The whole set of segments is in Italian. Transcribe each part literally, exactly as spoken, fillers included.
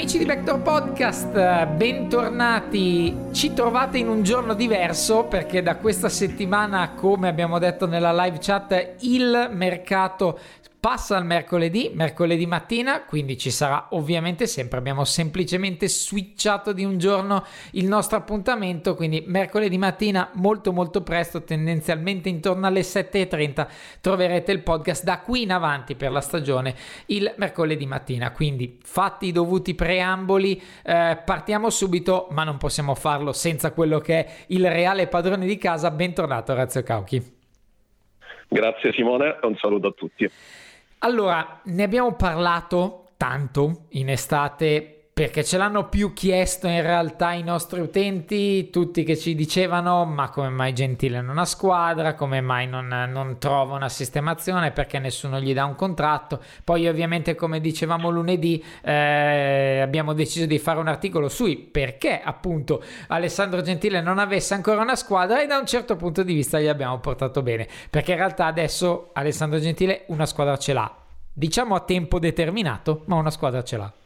Amici di Vector Podcast, bentornati. Ci trovate in un giorno diverso perché da questa settimana, come abbiamo detto nella live chat, il mercato passa al mercoledì, mercoledì mattina, quindi ci sarà ovviamente sempre, abbiamo semplicemente switchato di un giorno il nostro appuntamento, quindi mercoledì mattina molto molto presto, tendenzialmente intorno alle sette e trenta troverete il podcast da qui in avanti per la stagione il mercoledì mattina, quindi fatti i dovuti preamboli, eh, partiamo subito, ma non possiamo farlo senza quello che è il reale padrone di casa. Bentornato Orazio Cauchi. Grazie Simone e un saluto a tutti. Allora, ne abbiamo parlato tanto in estate perché ce l'hanno più chiesto in realtà i nostri utenti, tutti che ci dicevano ma come mai Gentile non ha squadra, come mai non, non trova una sistemazione, perché nessuno gli dà un contratto. Poi ovviamente, come dicevamo lunedì, eh, abbiamo deciso di fare un articolo sui perché appunto Alessandro Gentile non avesse ancora una squadra, e da un certo punto di vista gli abbiamo portato bene, perché in realtà adesso Alessandro Gentile una squadra ce l'ha, diciamo a tempo determinato, ma una squadra ce l'ha.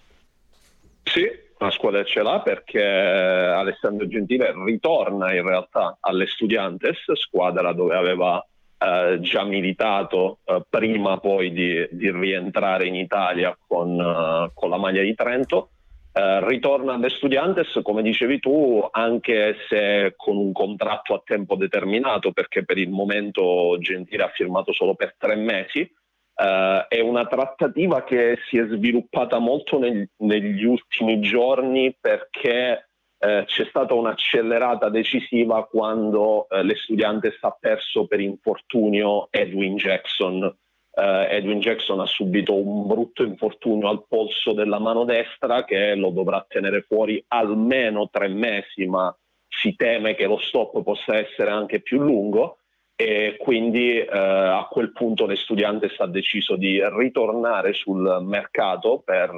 Sì, una squadra ce l'ha perché Alessandro Gentile ritorna in realtà alle Estudiantes, squadra dove aveva eh, già militato eh, prima poi di, di rientrare in Italia con, uh, con la maglia di Trento. Eh, ritorna alle Estudiantes, come dicevi tu, anche se con un contratto a tempo determinato, perché per il momento Gentile ha firmato solo per tre mesi. Uh, è una trattativa che si è sviluppata molto nel, negli ultimi giorni perché uh, c'è stata un'accelerata decisiva quando uh, l'Estudiantes ha perso per infortunio Edwin Jackson. Uh, Edwin Jackson ha subito un brutto infortunio al polso della mano destra che lo dovrà tenere fuori almeno tre mesi, ma si teme che lo stop possa essere anche più lungo. E quindi eh, a quel punto l'Estudiantes ha deciso di ritornare sul mercato per,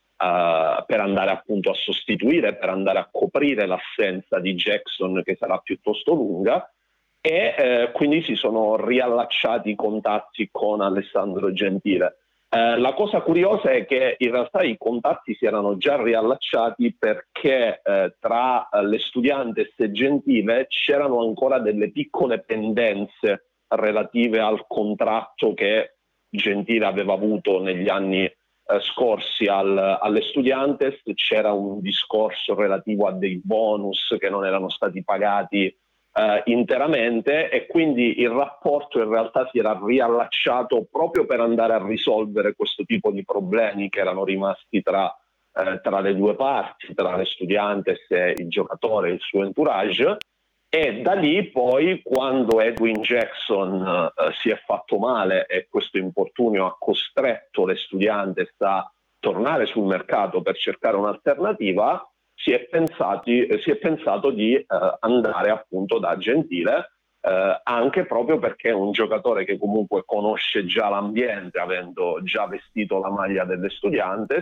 uh, per andare appunto a sostituire, per andare a coprire l'assenza di Jackson, che sarà piuttosto lunga, e eh, quindi si sono riallacciati i contatti con Alessandro Gentile. Eh, la cosa curiosa è che in realtà i contatti si erano già riallacciati perché eh, tra eh, l'Estudiantes e Gentile c'erano ancora delle piccole pendenze relative al contratto che Gentile aveva avuto negli anni eh, scorsi al, all'Estudiantes. C'era un discorso relativo a dei bonus che non erano stati pagati Uh, interamente, e quindi il rapporto in realtà si era riallacciato proprio per andare a risolvere questo tipo di problemi che erano rimasti tra, uh, tra le due parti, tra l'Estudiantes e il giocatore e il suo entourage. E da lì poi, quando Edwin Jackson uh, si è fatto male e questo infortunio ha costretto l'Estudiantes a tornare sul mercato per cercare un'alternativa, Si è, pensati, si è pensato di eh, andare appunto da Gentile, eh, anche proprio perché è un giocatore che comunque conosce già l'ambiente, avendo già vestito la maglia delle Estudiantes,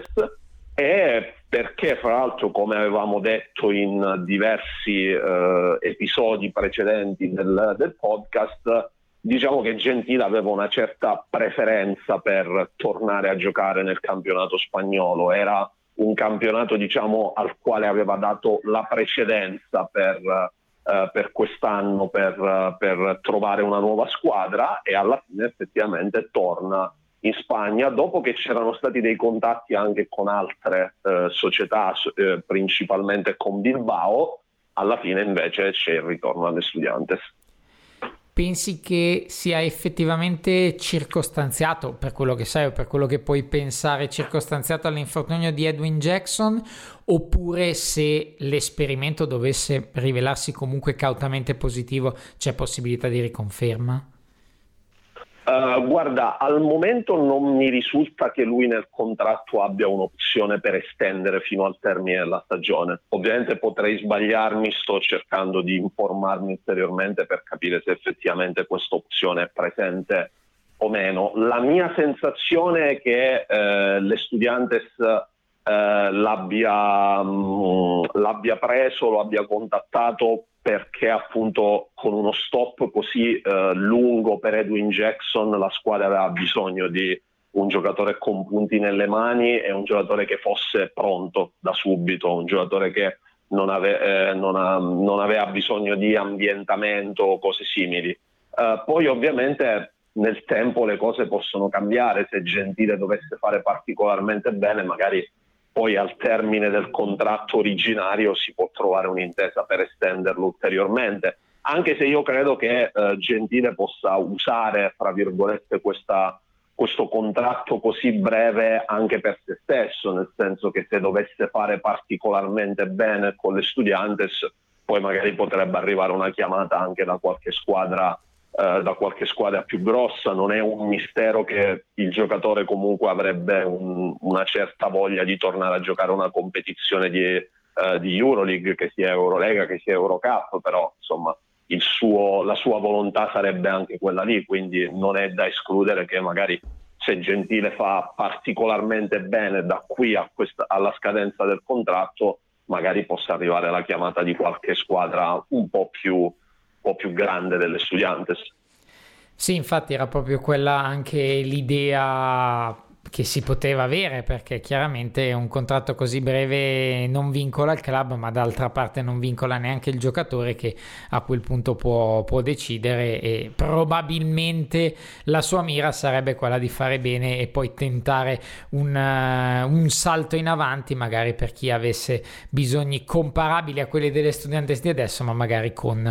e perché fra l'altro, come avevamo detto in diversi eh, episodi precedenti del, del podcast, diciamo che Gentile aveva una certa preferenza per tornare a giocare nel campionato spagnolo. Era un campionato, diciamo, al quale aveva dato la precedenza per, uh, per quest'anno per, uh, per trovare una nuova squadra, e alla fine effettivamente torna in Spagna dopo che c'erano stati dei contatti anche con altre uh, società, uh, principalmente con Bilbao. Alla fine invece c'è il ritorno alle Estudiantes. Pensi che sia effettivamente circostanziato, per quello che sai o per quello che puoi pensare, circostanziato all'infortunio di Edwin Jackson, oppure se l'esperimento dovesse rivelarsi comunque cautamente positivo c'è possibilità di riconferma? Uh, guarda, al momento non mi risulta che lui nel contratto abbia un'opzione per estendere fino al termine della stagione. Ovviamente potrei sbagliarmi, sto cercando di informarmi ulteriormente per capire se effettivamente questa opzione è presente o meno. La mia sensazione è che eh, l'Estudiantes eh, l'abbia, mh, l'abbia preso, lo abbia contattato perché appunto con uno stop così eh, lungo per Edwin Jackson la squadra aveva bisogno di un giocatore con punti nelle mani e un giocatore che fosse pronto da subito, un giocatore che non, ave- eh, non, ha, non aveva bisogno di ambientamento o cose simili. Uh, poi ovviamente nel tempo le cose possono cambiare, se Gentile dovesse fare particolarmente bene magari poi al termine del contratto originario si può trovare un'intesa per estenderlo ulteriormente, anche se io credo che uh, Gentile possa usare, fra virgolette, questa questo contratto così breve anche per se stesso, nel senso che se dovesse fare particolarmente bene con le Estudiantes, poi magari potrebbe arrivare una chiamata anche da qualche squadra, eh, da qualche squadra più grossa. Non è un mistero che il giocatore comunque avrebbe un, una certa voglia di tornare a giocare una competizione di, eh, di Euroleague, che sia Eurolega, che sia Eurocup, però insomma il suo, la sua volontà sarebbe anche quella lì, quindi non è da escludere che magari se Gentile fa particolarmente bene da qui a questa, alla scadenza del contratto, magari possa arrivare la chiamata di qualche squadra un po' più, un po' più grande delle Estudiantes. Sì, infatti era proprio quella anche l'idea che si poteva avere, perché chiaramente un contratto così breve non vincola il club, ma d'altra parte non vincola neanche il giocatore, che a quel punto può, può decidere, e probabilmente la sua mira sarebbe quella di fare bene e poi tentare un, uh, un salto in avanti, magari per chi avesse bisogni comparabili a quelli delle Estudiantes di adesso, ma magari con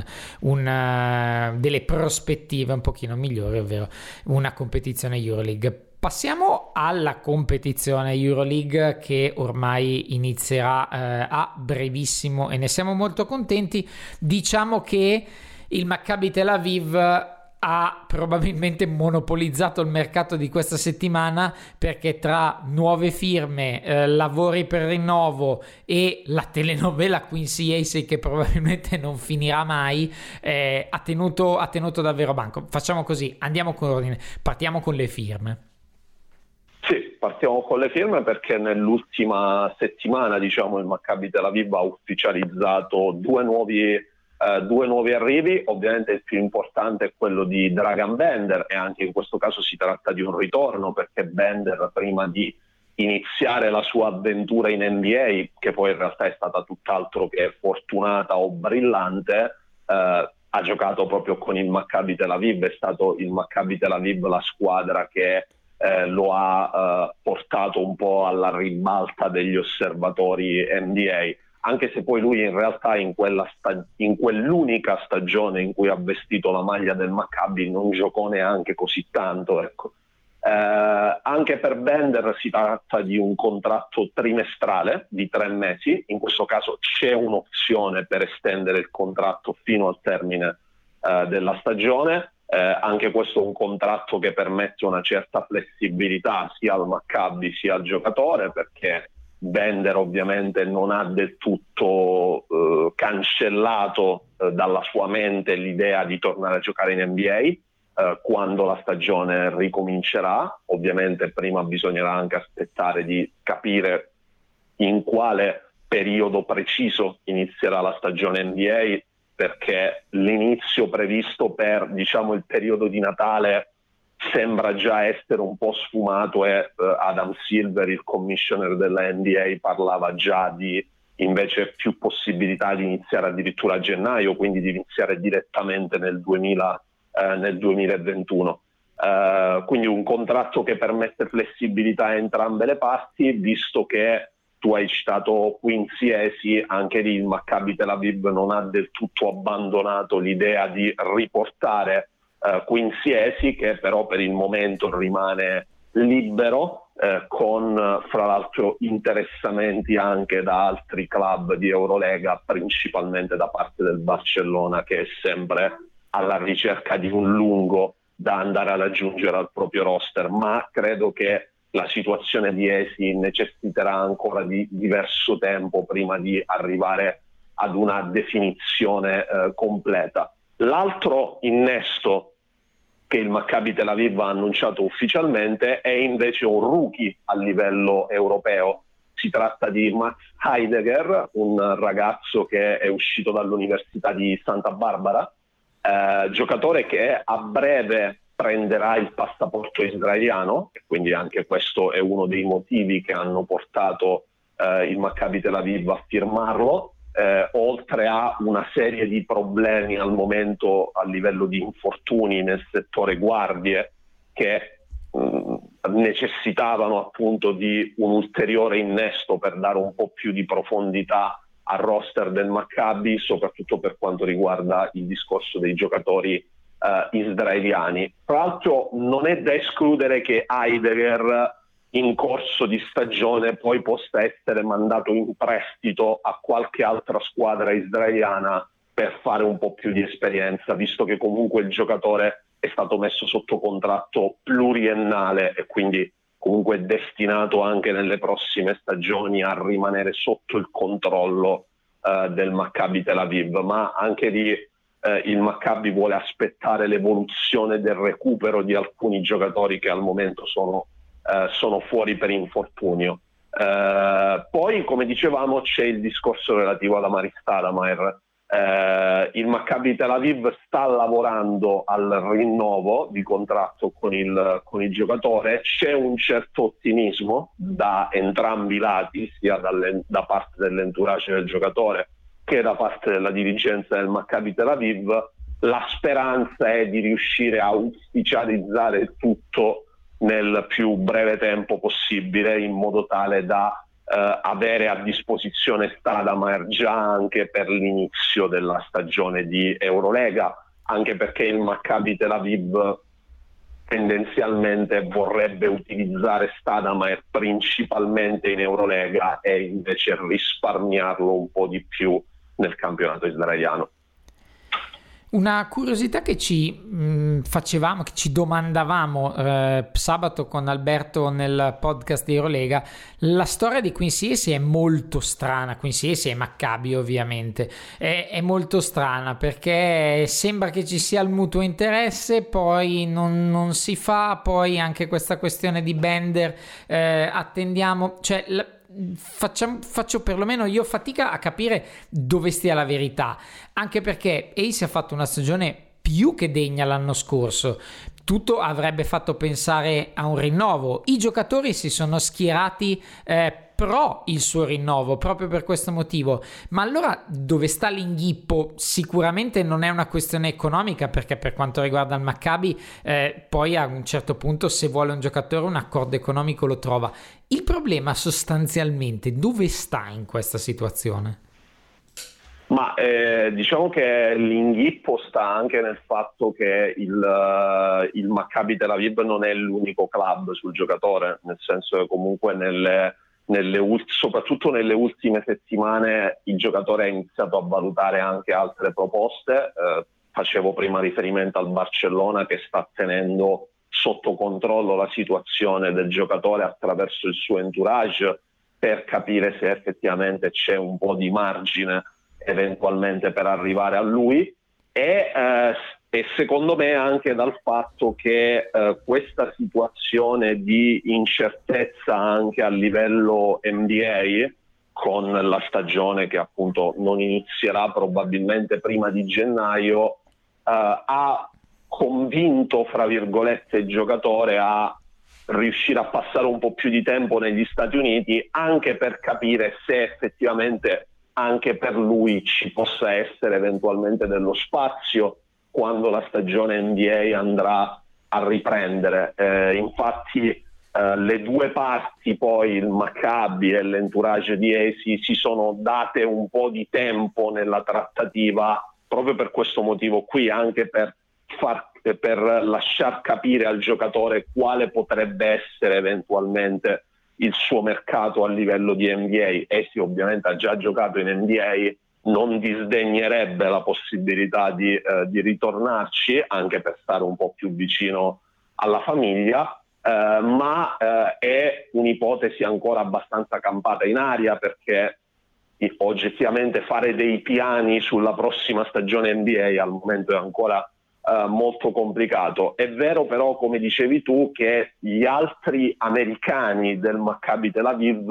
un, uh, delle prospettive un pochino migliori, ovvero una competizione Euroleague. Passiamo alla competizione Euroleague, che ormai inizierà eh, a brevissimo e ne siamo molto contenti. Diciamo che il Maccabi Tel Aviv ha probabilmente monopolizzato il mercato di questa settimana, perché tra nuove firme, eh, lavori per rinnovo e la telenovela Quincy Ace, che probabilmente non finirà mai, eh, ha tenuto, ha tenuto davvero banco. Facciamo così, andiamo con ordine, partiamo con le firme. Sì, partiamo con le firme perché nell'ultima settimana, diciamo, il Maccabi Tel Aviv ha ufficializzato due nuovi, eh, due nuovi arrivi. Ovviamente il più importante è quello di Dragan Bender, e anche in questo caso si tratta di un ritorno, perché Bender, prima di iniziare la sua avventura in N B A, che poi in realtà è stata tutt'altro che fortunata o brillante, eh, ha giocato proprio con il Maccabi Tel Aviv. È stato il Maccabi Tel Aviv la squadra che Eh, lo ha eh, portato un po' alla ribalta degli osservatori N B A, anche se poi lui in realtà in, quella sta- in quell'unica stagione in cui ha vestito la maglia del Maccabi non giocò neanche così tanto, ecco. Eh, anche per Bender si tratta di un contratto trimestrale di tre mesi. In questo caso c'è un'opzione per estendere il contratto fino al termine eh, della stagione. Eh, anche questo è un contratto che permette una certa flessibilità sia al Maccabi sia al giocatore, perché Bender ovviamente non ha del tutto eh, cancellato eh, dalla sua mente l'idea di tornare a giocare in N B A eh, quando la stagione ricomincerà. Ovviamente prima bisognerà anche aspettare di capire in quale periodo preciso inizierà la stagione N B A, perché l'inizio previsto per, diciamo, il periodo di Natale sembra già essere un po' sfumato, e uh, Adam Silver, il commissioner della N B A, parlava già di invece più possibilità di iniziare addirittura a gennaio, quindi di iniziare direttamente nel, duemila, eh, nel duemilaventuno. Uh, quindi un contratto che permette flessibilità a entrambe le parti, visto che tu hai citato Quincy Ace, anche lì il Maccabi Tel Aviv non ha del tutto abbandonato l'idea di riportare uh, Quincy Ace, che però per il momento rimane libero, eh, con fra l'altro interessamenti anche da altri club di Eurolega, principalmente da parte del Barcellona, che è sempre alla ricerca di un lungo da andare ad aggiungere al proprio roster. Ma credo che la situazione di Esi necessiterà ancora di diverso tempo prima di arrivare ad una definizione eh, completa. L'altro innesto che il Maccabi Tel Aviv ha annunciato ufficialmente è invece un rookie a livello europeo. Si tratta di Max Heidegger, un ragazzo che è uscito dall'Università di Santa Barbara, eh, giocatore che a breve prenderà il passaporto israeliano, e quindi anche questo è uno dei motivi che hanno portato eh, il Maccabi Tel Aviv a firmarlo, eh, oltre a una serie di problemi al momento a livello di infortuni nel settore guardie che mh, necessitavano appunto di un ulteriore innesto per dare un po' più di profondità al roster del Maccabi, soprattutto per quanto riguarda il discorso dei giocatori Uh, israeliani. Tra l'altro non è da escludere che Heidegger in corso di stagione poi possa essere mandato in prestito a qualche altra squadra israeliana per fare un po' più di esperienza, visto che comunque il giocatore è stato messo sotto contratto pluriennale e quindi comunque è destinato anche nelle prossime stagioni a rimanere sotto il controllo uh, del Maccabi Tel Aviv, ma anche lì Eh, il Maccabi vuole aspettare l'evoluzione del recupero di alcuni giocatori che al momento sono, eh, sono fuori per infortunio. Eh, poi, come dicevamo, c'è il discorso relativo ad Amari Stoudemire. Eh, il Maccabi Tel Aviv sta lavorando al rinnovo di contratto con il, con il giocatore. C'è un certo ottimismo da entrambi i lati, sia dalle, da parte dell'entourage del giocatore che da parte della dirigenza del Maccabi Tel Aviv. La speranza è di riuscire a ufficializzare il tutto nel più breve tempo possibile, in modo tale da eh, avere a disposizione Stoudemire già anche per l'inizio della stagione di Eurolega, anche perché il Maccabi Tel Aviv tendenzialmente vorrebbe utilizzare Stoudemire principalmente in Eurolega e invece risparmiarlo un po' di più nel campionato israeliano. Una curiosità che ci mh, facevamo, che ci domandavamo eh, sabato con Alberto nel podcast di Eurolega, la storia di Quincy Essi è molto strana. Quincy Essi è Maccabi ovviamente, è, è molto strana perché sembra che ci sia il mutuo interesse, poi non, non si fa, poi anche questa questione di Bender eh, attendiamo, cioè la, Facciamo, faccio perlomeno io fatica a capire dove stia la verità, anche perché Ace ha fatto una stagione più che degna l'anno scorso, tutto avrebbe fatto pensare a un rinnovo, i giocatori si sono schierati eh, pro il suo rinnovo proprio per questo motivo, ma allora dove sta l'inghippo? Sicuramente non è una questione economica, perché per quanto riguarda il Maccabi eh, poi a un certo punto se vuole un giocatore un accordo economico lo trova. Il problema sostanzialmente dove sta in questa situazione? Ma eh, diciamo che l'inghippo sta anche nel fatto che il, uh, il Maccabi Tel Aviv non è l'unico club sul giocatore, nel senso che comunque nelle, nelle ult- soprattutto nelle ultime settimane il giocatore ha iniziato a valutare anche altre proposte. Eh, facevo prima riferimento al Barcellona, che sta tenendo sotto controllo la situazione del giocatore attraverso il suo entourage per capire se effettivamente c'è un po' di margine eventualmente per arrivare a lui, e, eh, e secondo me anche dal fatto che eh, questa situazione di incertezza anche a livello N B A, con la stagione che appunto non inizierà probabilmente prima di gennaio, eh, ha convinto fra virgolette il giocatore a riuscire a passare un po' più di tempo negli Stati Uniti, anche per capire se effettivamente anche per lui ci possa essere eventualmente dello spazio quando la stagione N B A andrà a riprendere. Eh, infatti eh, le due parti, poi il Maccabi e l'entourage di Esi, si sono date un po' di tempo nella trattativa proprio per questo motivo qui, anche per far, per lasciar capire al giocatore quale potrebbe essere eventualmente il suo mercato a livello di N B A. Esi ovviamente ha già giocato in N B A, non disdegnerebbe la possibilità di, eh, di ritornarci, anche per stare un po' più vicino alla famiglia, eh, ma eh, è un'ipotesi ancora abbastanza campata in aria, perché oggettivamente fare dei piani sulla prossima stagione N B A al momento è ancora Uh, molto complicato. È vero però, come dicevi tu, che gli altri americani del Maccabi Tel Aviv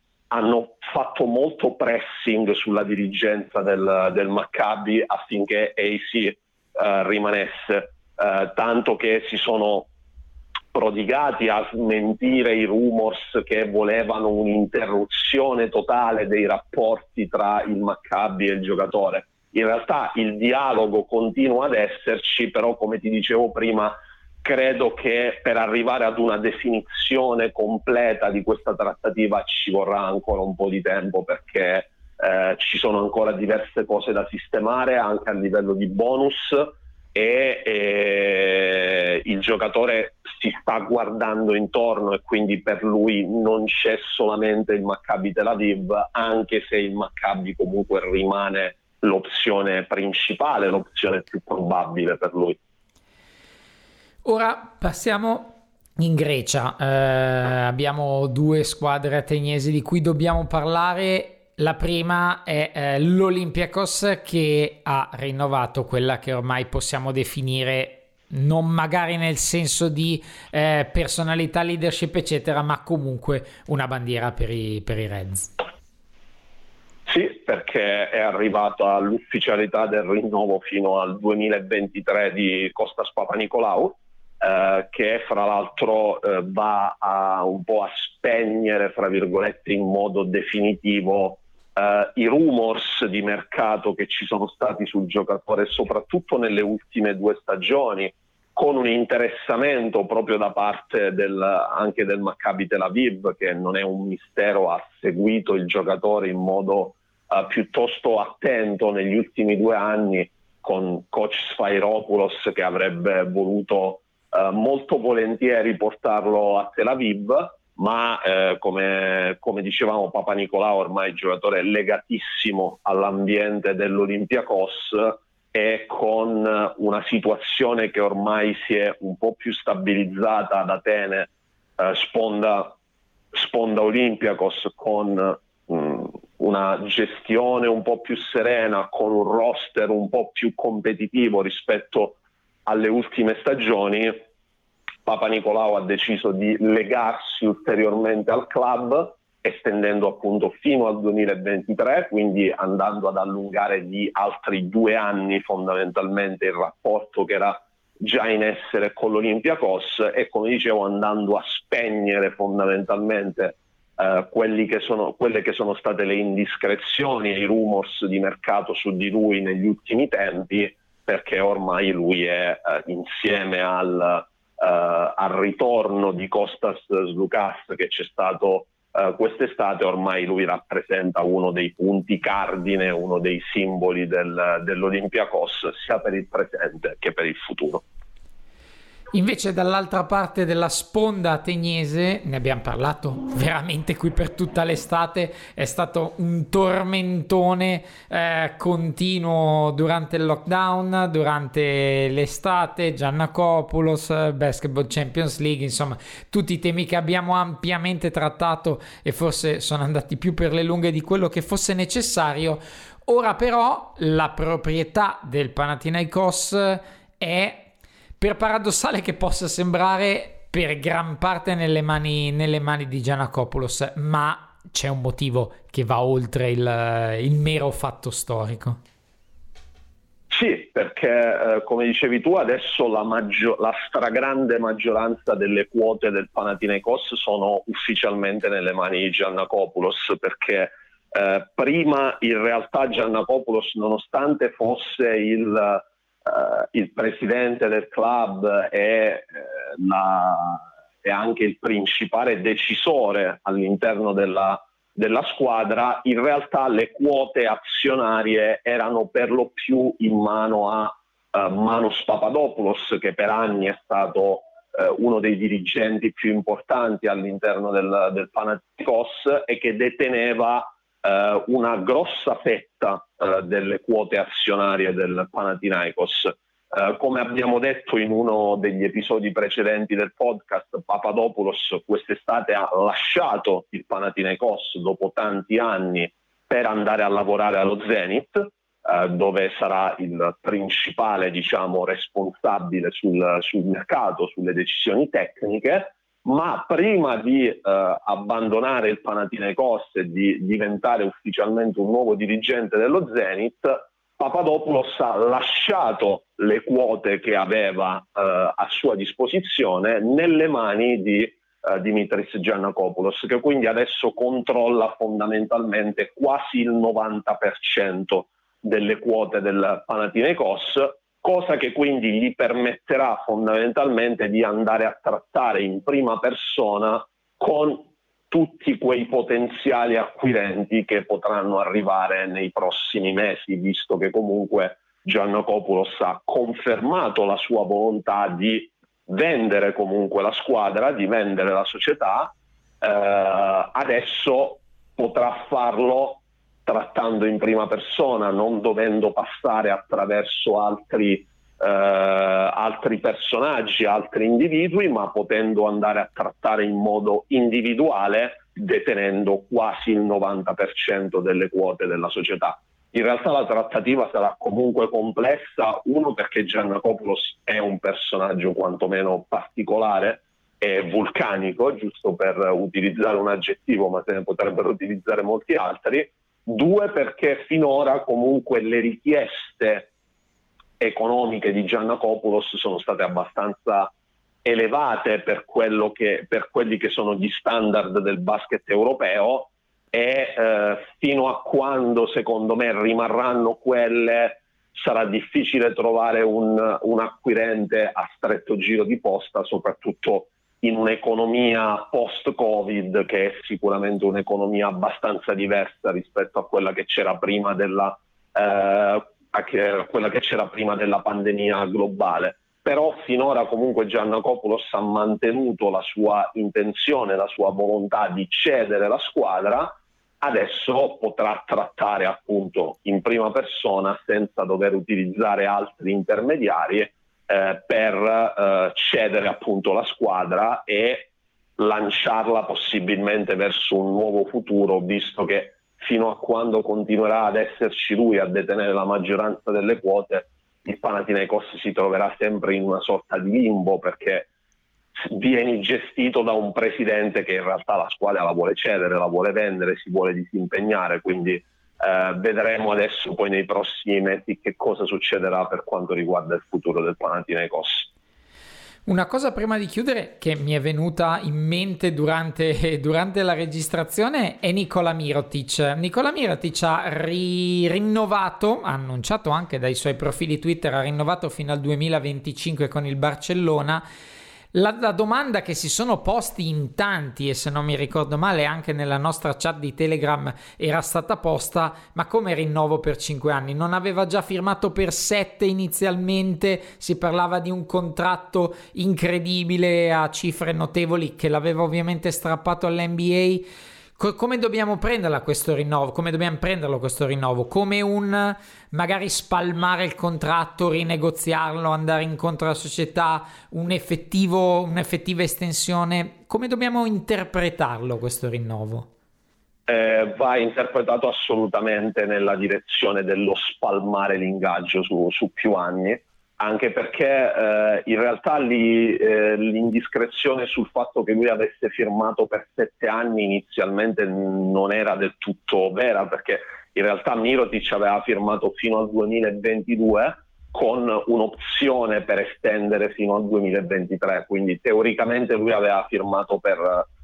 hanno fatto molto pressing sulla dirigenza del, del Maccabi affinché A C uh, rimanesse. eh, tanto che si sono prodigati a smentire i rumors che volevano un'interruzione totale dei rapporti tra il Maccabi e il giocatore. In realtà il dialogo continua ad esserci, però come ti dicevo prima, credo che per arrivare ad una definizione completa di questa trattativa ci vorrà ancora un po' di tempo, perché eh, ci sono ancora diverse cose da sistemare anche a livello di bonus, e eh, il giocatore si sta guardando intorno e quindi per lui non c'è solamente il Maccabi Tel Aviv, anche se il Maccabi comunque rimane l'opzione principale, l'opzione più probabile per lui. Ora passiamo in Grecia. Eh, abbiamo due squadre ateniesi di cui dobbiamo parlare. La prima è eh, l'Olympiakos, che ha rinnovato quella che ormai possiamo definire, non magari nel senso di eh, personalità, leadership eccetera, ma comunque una bandiera per i, per i Reds. Sì, perché è arrivato all'ufficialità del rinnovo fino al duemilaventitré di Kostas Papanikolaou, eh, che fra l'altro eh, va a un po' a spegnere, fra virgolette, in modo definitivo Uh, i rumors di mercato che ci sono stati sul giocatore, soprattutto nelle ultime due stagioni, con un interessamento proprio da parte del, anche del Maccabi Tel Aviv, che non è un mistero, ha seguito il giocatore in modo uh, piuttosto attento negli ultimi due anni, con coach Sfairopoulos che avrebbe voluto uh, molto volentieri portarlo a Tel Aviv. Ma eh, come, come dicevamo, Papanikolaou ormai è giocatore legatissimo all'ambiente dell'Olympiakos, e con una situazione che ormai si è un po' più stabilizzata ad Atene, eh, sponda, sponda Olympiakos, con mh, una gestione un po' più serena, con un roster un po' più competitivo rispetto alle ultime stagioni. Papanikolaou ha deciso di legarsi ulteriormente al club, estendendo appunto fino al duemilaventitré, quindi andando ad allungare di altri due anni fondamentalmente il rapporto che era già in essere con l'Olympiakos, e come dicevo andando a spegnere fondamentalmente eh, quelli che sono, quelle che sono state le indiscrezioni e i rumors di mercato su di lui negli ultimi tempi, perché ormai lui è eh, insieme al Uh, al ritorno di Kostas Sloukas che c'è stato uh, quest'estate, ormai lui rappresenta uno dei punti cardine, uno dei simboli del, dell'Olympiakos, sia per il presente che per il futuro. Invece dall'altra parte della sponda ateniese, ne abbiamo parlato veramente qui per tutta l'estate, è stato un tormentone eh, continuo durante il lockdown, durante l'estate, Giannakopoulos, Basketball Champions League, insomma tutti i temi che abbiamo ampiamente trattato e forse sono andati più per le lunghe di quello che fosse necessario. Ora però la proprietà del Panathinaikos è, per paradossale che possa sembrare, per gran parte nelle mani, nelle mani di Giannakopoulos, ma c'è un motivo che va oltre il, il mero fatto storico. Sì, perché eh, come dicevi tu, adesso la, maggio- la stragrande maggioranza delle quote del Panathinaikos sono ufficialmente nelle mani di Giannakopoulos, perché eh, prima in realtà Giannakopoulos, nonostante fosse il Uh, il presidente del club e, uh, la, e anche il principale decisore all'interno della, della squadra, in realtà le quote azionarie erano per lo più in mano a uh, Manos Papadopoulos, che per anni è stato uh, uno dei dirigenti più importanti all'interno del, del Panathinaikos e che deteneva Uh, una grossa fetta uh, delle quote azionarie del Panathinaikos. Uh, come abbiamo detto in uno degli episodi precedenti del podcast, Papadopoulos quest'estate ha lasciato il Panathinaikos dopo tanti anni per andare a lavorare allo Zenit, uh, dove sarà il principale, diciamo, responsabile sul, sul mercato, sulle decisioni tecniche. Ma prima di eh, abbandonare il Panathinaikos e di diventare ufficialmente un nuovo dirigente dello Zenit, Papadopoulos ha lasciato le quote che aveva eh, a sua disposizione nelle mani di eh, Dimitris Giannakopoulos, che quindi adesso controlla fondamentalmente quasi il novanta per cento delle quote del Panathinaikos, cosa che quindi gli permetterà fondamentalmente di andare a trattare in prima persona con tutti quei potenziali acquirenti che potranno arrivare nei prossimi mesi, visto che comunque Giannakopoulos ha confermato la sua volontà di vendere comunque la squadra, di vendere la società. Eh, adesso potrà farlo trattando in prima persona, non dovendo passare attraverso altri Eh, altri personaggi, altri individui, ma potendo andare a trattare in modo individuale, detenendo quasi il novanta per cento delle quote della società. In realtà la trattativa sarà comunque complessa, uno perché Giannakopoulos è un personaggio quantomeno particolare e vulcanico, giusto per utilizzare un aggettivo, ma se ne potrebbero utilizzare molti altri, due perché finora comunque le richieste economiche di Giannakopoulos sono state abbastanza elevate per quello che per quelli che sono gli standard del basket europeo e eh, fino a quando secondo me rimarranno quelle sarà difficile trovare un, un acquirente a stretto giro di posta, soprattutto in un'economia post-Covid che è sicuramente un'economia abbastanza diversa rispetto a quella che c'era prima della eh, a che, quella che c'era prima della pandemia globale. Però finora comunque Giannakopoulos ha mantenuto la sua intenzione, la sua volontà di cedere la squadra, adesso potrà trattare appunto in prima persona senza dover utilizzare altri intermediari eh, per eh, cedere appunto la squadra e lanciarla possibilmente verso un nuovo futuro, visto che fino a quando continuerà ad esserci lui a detenere la maggioranza delle quote, il Panathinaikos si troverà sempre in una sorta di limbo, perché viene gestito da un presidente che in realtà la squadra la vuole cedere, la vuole vendere, si vuole disimpegnare, quindi eh, vedremo adesso poi nei prossimi mesi che cosa succederà per quanto riguarda il futuro del Panathinaikos. Una cosa prima di chiudere che mi è venuta in mente durante, durante la registrazione è Nikola Mirotic. Nikola Mirotic ha ri- rinnovato, ha annunciato anche dai suoi profili Twitter, ha rinnovato fino al duemilaventicinque con il Barcellona. La, la domanda che si sono posti in tanti, e se non mi ricordo male anche nella nostra chat di Telegram era stata posta: ma come rinnovo per cinque anni? Non aveva già firmato per sette inizialmente? Si parlava di un contratto incredibile a cifre notevoli che l'aveva ovviamente strappato all'N B A. Come dobbiamo prenderla questo rinnovo? Come dobbiamo prenderlo questo rinnovo? Come un magari spalmare il contratto, rinegoziarlo, andare incontro alla società, un effettivo, un'effettiva estensione? Come dobbiamo interpretarlo questo rinnovo? Eh, va interpretato assolutamente nella direzione dello spalmare l'ingaggio su, su più anni, anche perché eh, in realtà lì, eh, l'indiscrezione sul fatto che lui avesse firmato per sette anni inizialmente non era del tutto vera, perché in realtà Mirotic aveva firmato fino al duemilaventidue con un'opzione per estendere fino al duemilaventitré, quindi teoricamente lui aveva firmato per,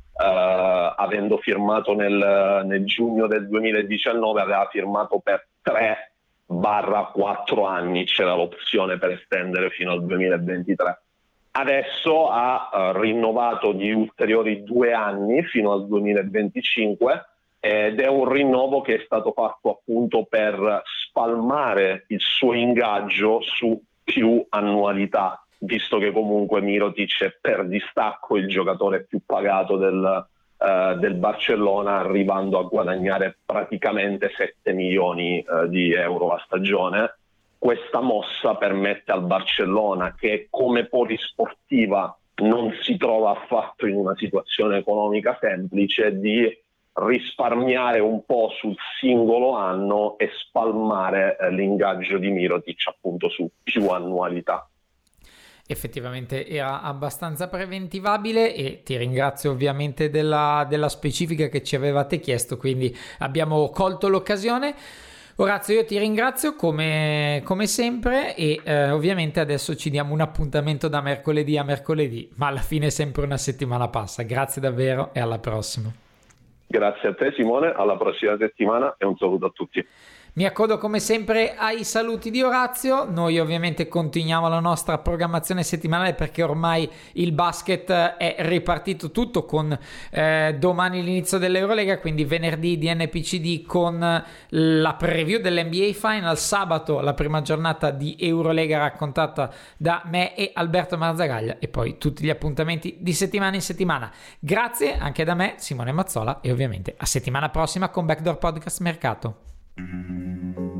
eh, avendo firmato nel, nel giugno del duemiladiciannove, aveva firmato per tre barra quattro anni, c'era l'opzione per estendere fino al duemilaventitré. Adesso ha uh, rinnovato di ulteriori due anni fino al duemilaventicinque ed è un rinnovo che è stato fatto appunto per spalmare il suo ingaggio su più annualità, visto che comunque Mirotic è per distacco il giocatore più pagato del Uh, del Barcellona, arrivando a guadagnare praticamente sette milioni uh, di euro a stagione. Questa mossa permette al Barcellona, che come polisportiva non si trova affatto in una situazione economica semplice, di risparmiare un po' sul singolo anno e spalmare uh, l'ingaggio di Mirotic appunto su più annualità. Effettivamente era abbastanza preventivabile e ti ringrazio ovviamente della, della specifica che ci avevate chiesto, quindi abbiamo colto l'occasione. Orazio, io ti ringrazio come, come sempre e eh, ovviamente adesso ci diamo un appuntamento da mercoledì a mercoledì, ma alla fine sempre una settimana passa. Grazie davvero e alla prossima. Grazie a te Simone, alla prossima settimana e un saluto a tutti. Mi accodo come sempre ai saluti di Orazio. Noi ovviamente continuiamo la nostra programmazione settimanale perché ormai il basket è ripartito tutto con eh, domani l'inizio dell'Eurolega, quindi venerdì D N P C D con la preview dell'N B A Final, sabato la prima giornata di Eurolega raccontata da me e Alberto Marzagaglia e poi tutti gli appuntamenti di settimana in settimana. Grazie anche da me, Simone Mazzola, e ovviamente a settimana prossima con Backdoor Podcast Mercato. Mm-hmm.